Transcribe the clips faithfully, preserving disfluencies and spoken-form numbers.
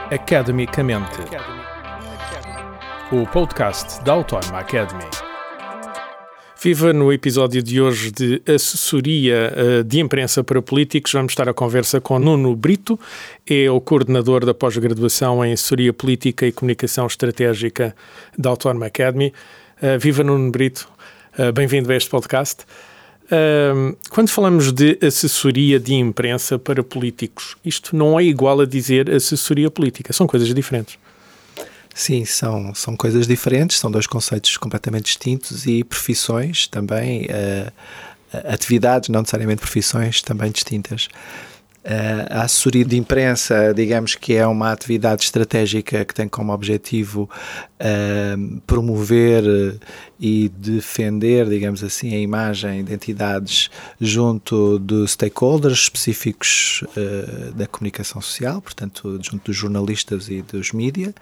Academicamente, o podcast da Autónoma Academy. Viva! No episódio de hoje de assessoria de imprensa para políticos, vamos estar a conversa com Nuno Brito, é o coordenador da pós-graduação em assessoria política e comunicação estratégica da Autónoma Academy. Uh, viva Nuno Brito, uh, bem-vindo a este podcast. Uh, quando falamos de assessoria de imprensa para políticos, isto não é igual a dizer assessoria política, são coisas diferentes. Sim, são, são coisas diferentes, são dois conceitos completamente distintos e profissões também, uh, atividades, não necessariamente profissões, também distintas. Uh, a assessoria de imprensa, digamos que é uma atividade estratégica que tem como objetivo uh, promover e defender, digamos assim, a imagem de entidades junto de stakeholders específicos uh, da comunicação social, portanto, junto dos jornalistas e dos mídia.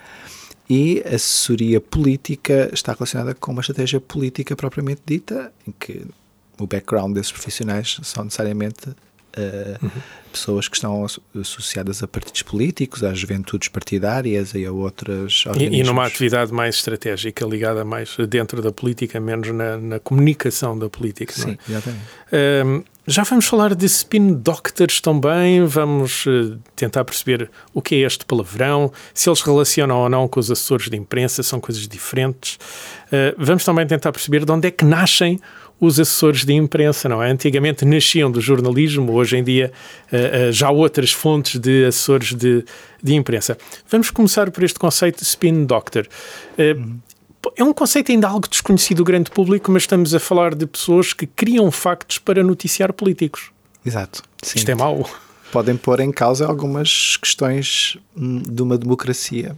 E a assessoria política está relacionada com uma estratégia política propriamente dita, em que o background desses profissionais são necessariamente uh, uhum. pessoas que estão associadas a partidos políticos, às juventudes partidárias e a outras organismos. E, e numa atividade mais estratégica, ligada mais dentro da política, menos na, na comunicação da política. Sim, não é? exatamente. Um, já vamos falar de spin doctors também, vamos uh, tentar perceber o que é este palavrão, se eles relacionam ou não com os assessores de imprensa, são coisas diferentes. Uh, vamos também tentar perceber de onde é que nascem os assessores de imprensa, não é? Antigamente nasciam do jornalismo, hoje em dia uh, uh, já há outras fontes de assessores de, de imprensa. Vamos começar por este conceito de spin doctor. Uh, uhum. É um conceito ainda algo desconhecido do grande público, mas estamos a falar de pessoas que criam factos para noticiar políticos. Exato. Sim. Isto é mau. Podem pôr em causa algumas questões de uma democracia,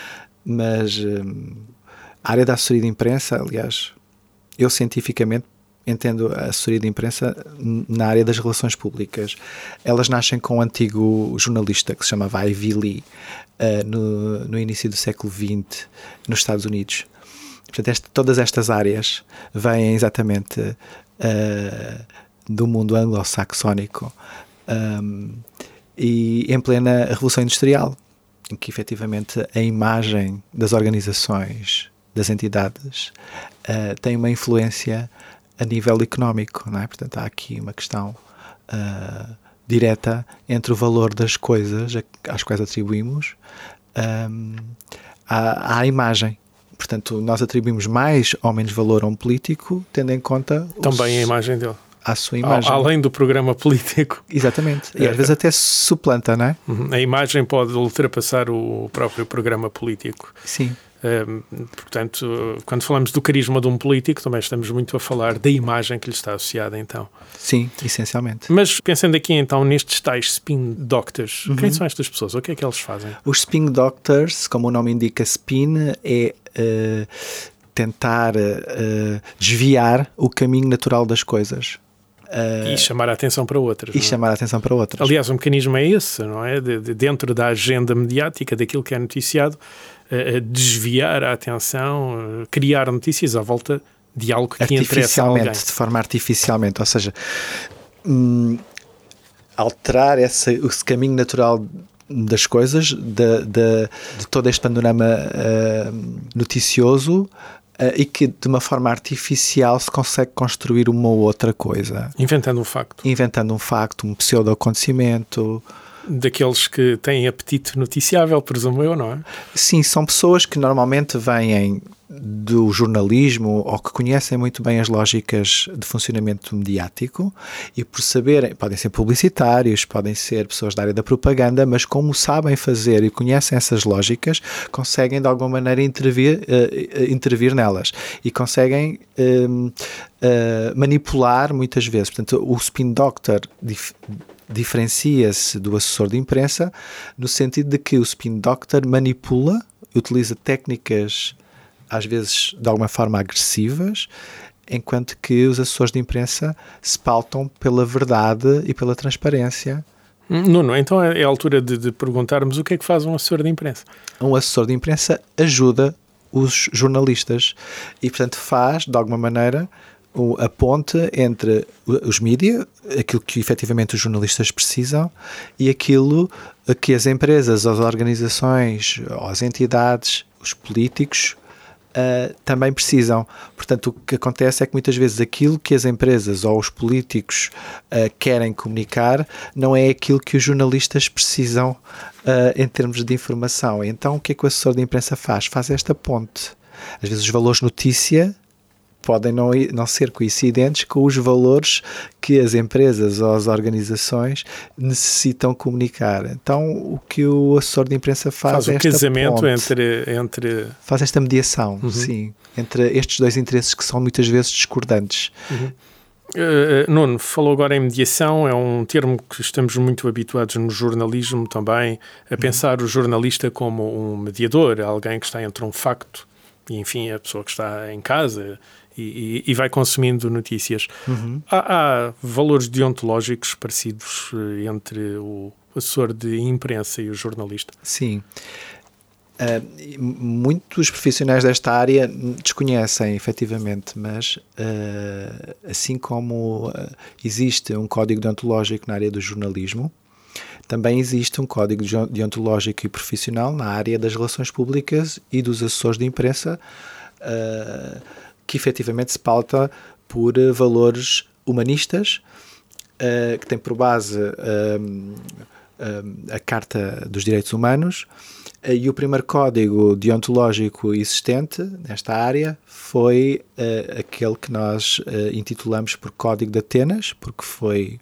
mas hum, a área da assessoria de imprensa, aliás, eu cientificamente entendo a assessoria de imprensa na área das relações públicas. Elas nascem com um antigo jornalista que se chamava Ivy Lee, uh, no, no início do século vinte, nos Estados Unidos. Portanto, este, todas estas áreas vêm exatamente uh, do mundo anglo-saxónico um, e em plena Revolução Industrial, em que efetivamente a imagem das organizações, das entidades, uh, tem uma influência a nível económico, não é? Portanto, há aqui uma questão uh, direta entre o valor das coisas às quais atribuímos um, à, à imagem. Portanto, nós atribuímos mais ou menos valor a um político, tendo em conta... Também os, a imagem dele. A sua imagem. Além do programa político. Exatamente. E às vezes até se suplanta, não é? A imagem pode ultrapassar o próprio programa político. Sim. Um, portanto, quando falamos do carisma de um político, também estamos muito a falar da imagem que lhe está associada, então. Sim, essencialmente. Mas pensando aqui, então, nestes tais spin doctors, uhum. quem são estas pessoas? O que é que eles fazem? Os spin doctors, como o nome indica, spin é uh, tentar uh, desviar o caminho natural das coisas. Uh, e chamar a atenção para outras. E não é? chamar a atenção para outras. Aliás, o mecanismo é esse, não é? De, de, dentro da agenda mediática, daquilo que é noticiado, uh, desviar a atenção, uh, criar notícias à volta de algo que interessa a alguém. Artificialmente, de forma artificialmente, ou seja, hum, alterar esse, esse caminho natural das coisas, de, de, de todo este panorama uh, noticioso, Uh, e que de uma forma artificial se consegue construir uma ou outra coisa. Inventando um facto. Inventando um facto, um pseudo-acontecimento. Daqueles que têm apetite noticiável, presumo eu, não é? Sim, são pessoas que normalmente vêm do jornalismo ou que conhecem muito bem as lógicas de funcionamento mediático e por saberem, podem ser publicitários, podem ser pessoas da área da propaganda, mas como sabem fazer e conhecem essas lógicas, conseguem de alguma maneira intervir, uh, intervir nelas e conseguem uh, uh, manipular muitas vezes. Portanto, o spin doctor dif- diferencia-se do assessor de imprensa no sentido de que o spin doctor manipula, utiliza técnicas às vezes de alguma forma agressivas, enquanto que os assessores de imprensa se pautam pela verdade e pela transparência. Nuno, então é a altura de, de perguntarmos o que é que faz um assessor de imprensa. Um assessor de imprensa ajuda os jornalistas e, portanto, faz, de alguma maneira, a ponte entre os mídias, aquilo que efetivamente os jornalistas precisam, e aquilo que as empresas, as organizações, as entidades, os políticos uh, também precisam. Portanto, o que acontece é que muitas vezes aquilo que as empresas ou os políticos uh, querem comunicar não é aquilo que os jornalistas precisam uh, em termos de informação. Então, o que é que o assessor de imprensa faz? Faz esta ponte. Às vezes os valores notícia podem não, não ser coincidentes com os valores que as empresas ou as organizações necessitam comunicar. Então, o que o assessor de imprensa faz, faz é esta o casamento ponte, entre, entre... Faz esta mediação, uhum. sim, entre estes dois interesses que são muitas vezes discordantes. Uhum. Uh, Nuno, falou agora em mediação, é um termo que estamos muito habituados no jornalismo também, a pensar uhum. o jornalista como um mediador, alguém que está entre um facto e, enfim, a pessoa que está em casa e, e, e vai consumindo notícias. Uhum. Há, há valores deontológicos parecidos entre o assessor de imprensa e o jornalista? Sim. Uh, muitos profissionais desta área desconhecem, efetivamente, mas uh, assim como uh, existe um código deontológico na área do jornalismo, também existe um código deontológico e profissional na área das relações públicas e dos assessores de imprensa, uh, que efetivamente se pauta por uh, valores humanistas, uh, que tem por base uh, uh, a Carta dos Direitos Humanos, uh, e o primeiro código deontológico existente nesta área foi uh, aquele que nós uh, intitulamos por Código de Atenas, porque foi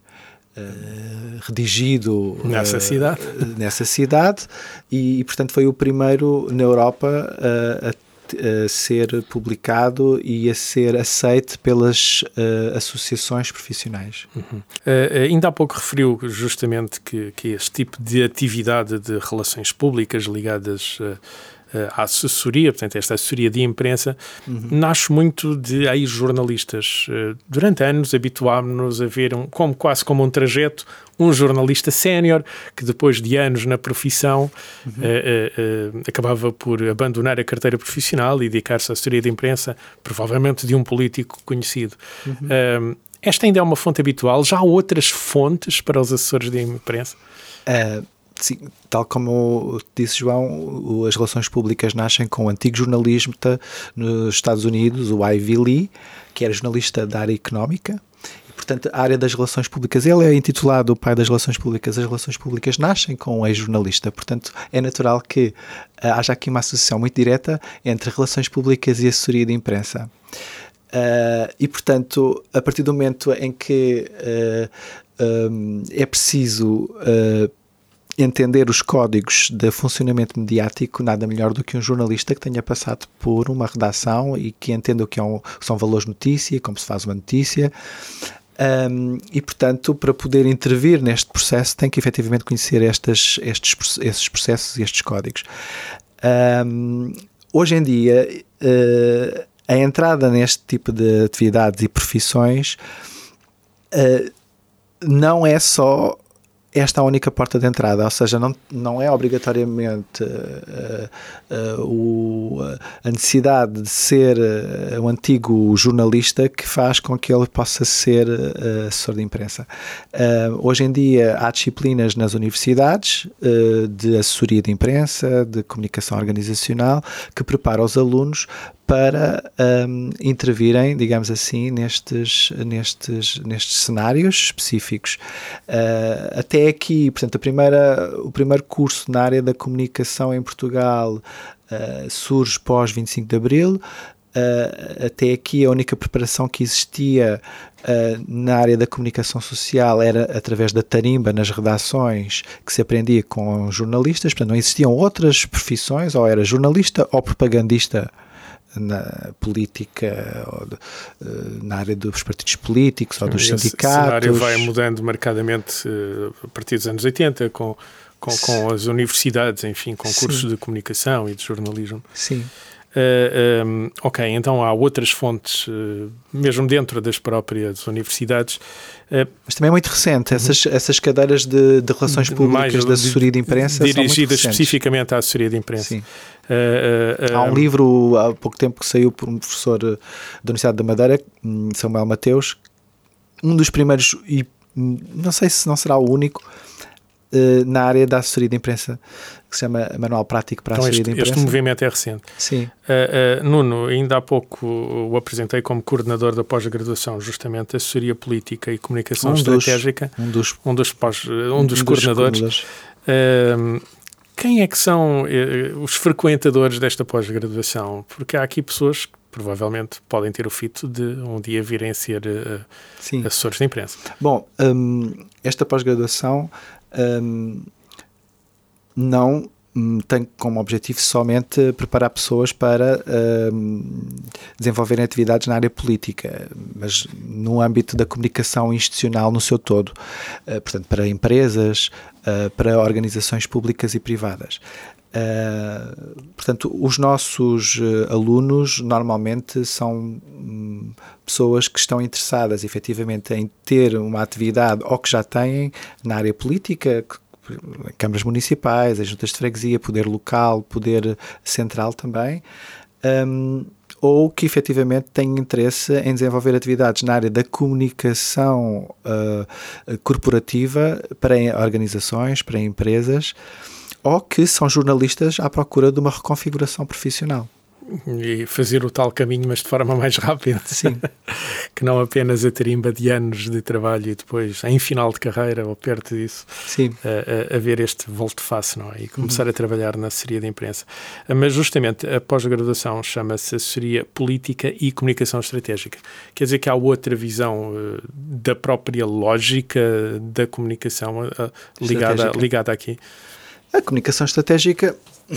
Uh, redigido nessa uh, cidade, nessa cidade e, e, portanto, foi o primeiro na Europa uh, a, a ser publicado e a ser aceito pelas uh, associações profissionais. Uhum. Uh, ainda há pouco referiu justamente que, que este tipo de atividade de relações públicas ligadas uh, a assessoria, portanto esta assessoria de imprensa, uhum. nasce muito de ex-jornalistas. Durante anos habituámos-nos a ver um, como, quase como um trajeto, um jornalista sénior que depois de anos na profissão uhum. uh, uh, uh, acabava por abandonar a carteira profissional e dedicar-se à assessoria de imprensa, provavelmente de um político conhecido. Uhum. Uh, esta ainda é uma fonte habitual? Já há outras fontes para os assessores de imprensa? Uh... Sim, tal como disse João, as relações públicas nascem com o antigo jornalismo nos Estados Unidos, o Ivy Lee, que era jornalista da área económica, e, portanto, a área das relações públicas, ele é intitulado o pai das relações públicas, as relações públicas nascem com um ex-jornalista, portanto, é natural que uh, haja aqui uma associação muito direta entre relações públicas e assessoria de imprensa. Uh, e, portanto, a partir do momento em que uh, um, é preciso uh, entender os códigos de funcionamento mediático, nada melhor do que um jornalista que tenha passado por uma redação e que entenda o que é um, são valores de notícia, como se faz uma notícia, um, e, portanto, para poder intervir neste processo tem que efetivamente conhecer estas, estes, estes processos e estes códigos. Um, hoje em dia, uh, a entrada neste tipo de atividades e profissões uh, não é só esta é a única porta de entrada, ou seja, não, não é obrigatoriamente uh, uh, o, a necessidade de ser uh, um antigo jornalista que faz com que ele possa ser uh, assessor de imprensa. Uh, hoje em dia há disciplinas nas universidades uh, de assessoria de imprensa, de comunicação organizacional, que preparam os alunos para um, intervirem, digamos assim, nestes, nestes, nestes cenários específicos. Uh, até aqui, portanto, a primeira, o primeiro curso na área da comunicação em Portugal uh, surge pós vinte e cinco de Abril. Uh, até aqui a única preparação que existia uh, na área da comunicação social era através da tarimba nas redações que se aprendia com jornalistas, portanto não existiam outras profissões, ou era jornalista ou propagandista na política, ou de, na área dos partidos políticos. Sim, ou dos sindicatos. O cenário vai mudando marcadamente uh, a partir dos anos oitenta, com, com, com as universidades, enfim, com cursos Sim. de comunicação e de jornalismo. Sim. Uh, um, ok, então há outras fontes, uh, mesmo dentro das próprias universidades. Uh, Mas também é muito recente, essas, essas cadeiras de, de relações públicas mais, da assessoria de imprensa dirigidas especificamente à assessoria de imprensa. Sim. Uh, uh, há um uh, livro há pouco tempo que saiu por um professor da Universidade da Madeira, Samuel Mateus, um dos primeiros, e não sei se não será o único, uh, na área da assessoria de imprensa, que se chama Manual Prático para a então Assessoria este, de Imprensa. Este movimento é recente. Sim. Uh, uh, Nuno, ainda há pouco o apresentei como coordenador da pós-graduação, justamente Assessoria Política e Comunicação um Estratégica. Dos, um dos, um dos, pós, um um dos dos coordenadores. coordenadores. Uh, quem é que são uh, os frequentadores desta pós-graduação? Porque há aqui pessoas que provavelmente podem ter o fito de um dia virem a ser uh, assessores de imprensa. Bom, um, esta pós-graduação um, não um, tem como objetivo somente preparar pessoas para um, desenvolverem atividades na área política, mas no âmbito da comunicação institucional no seu todo, uh, portanto, para empresas, uh, para organizações públicas e privadas. Uh, portanto, os nossos uh, alunos normalmente são um, pessoas que estão interessadas efetivamente em ter uma atividade ou que já têm na área política, câmaras municipais, as juntas de freguesia, poder local, poder central também, um, ou que efetivamente têm interesse em desenvolver atividades na área da comunicação uh, corporativa para organizações, para empresas, ou que são jornalistas à procura de uma reconfiguração profissional. E fazer o tal caminho, mas de forma mais rápida. Sim. Que não apenas a tarimba de anos de trabalho e depois, em final de carreira ou perto disso, Sim. A, a, a ver este volte-face, não é? E começar uhum. a trabalhar na assessoria de imprensa. Mas justamente a pós-graduação chama-se Assessoria Política e Comunicação Estratégica. Quer dizer que há outra visão uh, da própria lógica da comunicação uh, ligada, ligada aqui. A comunicação estratégica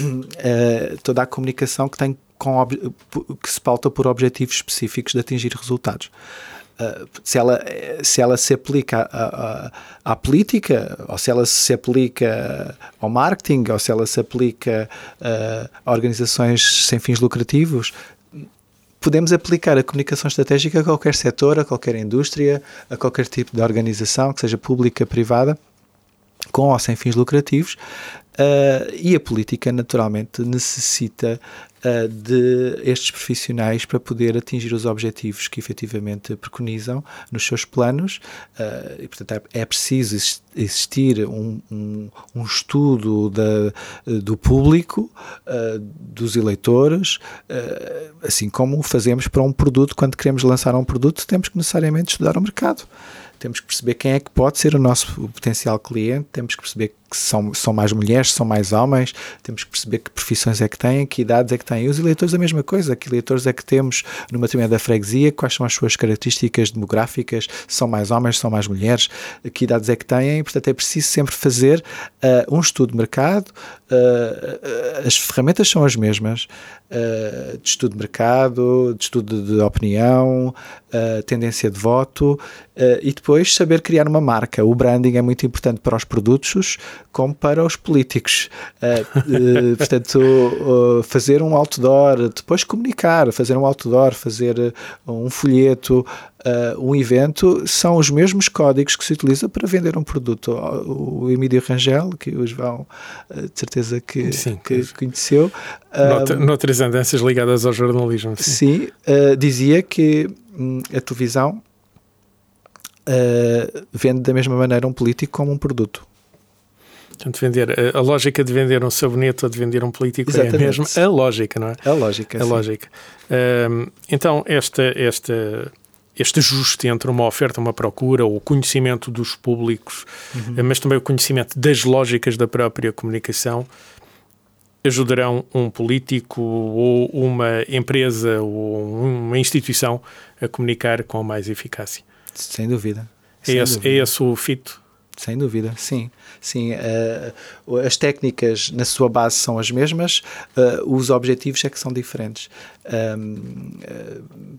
é toda a comunicação que tem com, que se pauta por objetivos específicos de atingir resultados. Uh, se, ela, se ela se aplica à, à, à política, ou se ela se aplica ao marketing, ou se ela se aplica uh, a organizações sem fins lucrativos, podemos aplicar a comunicação estratégica a qualquer setor, a qualquer indústria, a qualquer tipo de organização, que seja pública, privada, com ou sem fins lucrativos. Uh, e a política naturalmente necessita uh, de estes profissionais para poder atingir os objetivos que efetivamente preconizam nos seus planos, uh, e portanto é, é preciso existir um, um, um estudo da, do público, uh, dos eleitores, uh, assim como fazemos para um produto. Quando queremos lançar um produto, temos que necessariamente estudar o mercado. Temos que perceber quem é que pode ser o nosso potencial cliente, temos que perceber que são, são mais mulheres, são mais homens, temos que perceber que profissões é que têm, que idades é que têm. E os eleitores a mesma coisa, que eleitores é que temos numa determinada freguesia, quais são as suas características demográficas, são mais homens, são mais mulheres, que idades é que têm. E, portanto, é preciso sempre fazer uh, um estudo de mercado, uh, as ferramentas são as mesmas, uh, de estudo de mercado, de estudo de opinião, uh, tendência de voto, uh, e depois saber criar uma marca. O branding é muito importante para os produtos como para os políticos. Uh, uh, portanto, uh, fazer um outdoor, depois comunicar, fazer um outdoor, fazer uh, um folheto, uh, um evento, são os mesmos códigos que se utilizam para vender um produto. O, o Emílio Rangel, que o João uh, de certeza que, sim, que conheceu. Noutra, um, noutras andanças ligadas ao jornalismo. Sim, sim uh, dizia que um, a televisão uh, vende da mesma maneira um político como um produto. Portanto, vender, a, a lógica de vender um sabonete ou de vender um político Exatamente. É a mesma. A lógica, não é? A lógica, A sim. lógica. Um, então, esta, esta, este ajuste entre uma oferta e uma procura, o conhecimento dos públicos, uhum. mas também o conhecimento das lógicas da própria comunicação, ajudarão um político ou uma empresa ou uma instituição a comunicar com mais eficácia. Sem dúvida. É, Sem esse, dúvida. é esse o fito? Sem dúvida, sim. sim uh, as técnicas na sua base são as mesmas, uh, os objetivos é que são diferentes. Um, uh,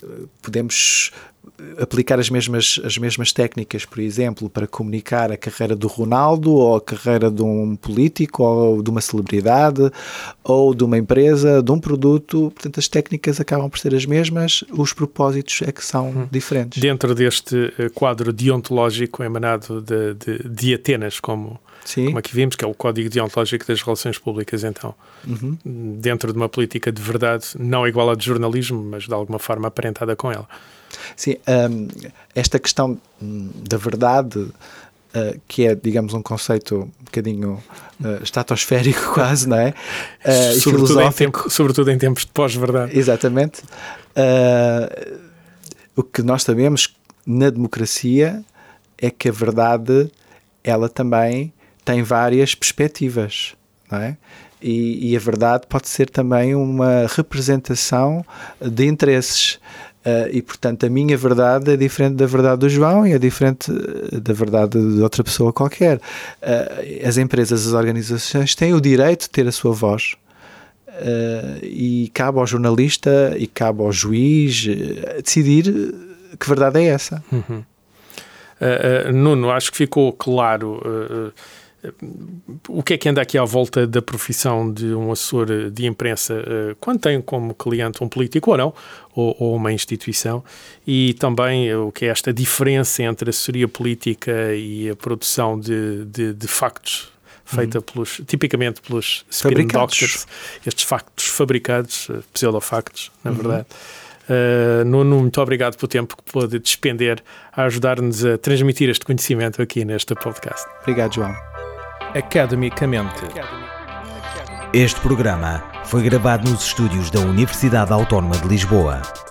podemos aplicar as mesmas, as mesmas técnicas, por exemplo, para comunicar a carreira do Ronaldo ou a carreira de um político ou de uma celebridade ou de uma empresa, de um produto. Portanto, as técnicas acabam por ser as mesmas, os propósitos é que são hum. diferentes. Dentro deste quadro deontológico emanado de, de, de Atenas, como, como aqui vimos, que é o Código Deontológico das Relações Públicas, então, uhum. dentro de uma política de verdade, não igual à de jornalismo, mas de alguma forma aparentada com ela. Sim, um, esta questão da verdade, uh, que é, digamos, um conceito um bocadinho uh, estratosférico quase, não é? Uh, sobretudo, em tempo, sobretudo em tempos de pós-verdade. Exatamente. Uh, o que nós sabemos na democracia é que a verdade, ela também tem várias perspectivas, não é? E, e a verdade pode ser também uma representação de interesses. Uh, e, portanto, a minha verdade é diferente da verdade do João e é diferente da verdade de outra pessoa qualquer. Uh, as empresas, as organizações têm o direito de ter a sua voz uh, e cabe ao jornalista e cabe ao juiz uh, decidir que verdade é essa. Uhum. Uh, uh, Nuno, acho que ficou claro uh, uh, o que é que anda aqui à volta da profissão de um assessor de imprensa uh, quando tem como cliente um político ou não, ou, ou uma instituição, e também uh, o que é esta diferença entre a assessoria política e a produção de, de, de factos feita uhum. pelos, tipicamente pelos spin doctors, estes factos fabricados, uh, pseudofactos, na uhum. verdade. Uh, Nuno, muito obrigado pelo tempo que pôde despender a ajudar-nos a transmitir este conhecimento aqui neste podcast. Obrigado, João. Academicamente. Este programa foi gravado nos estúdios da Universidade Autónoma de Lisboa.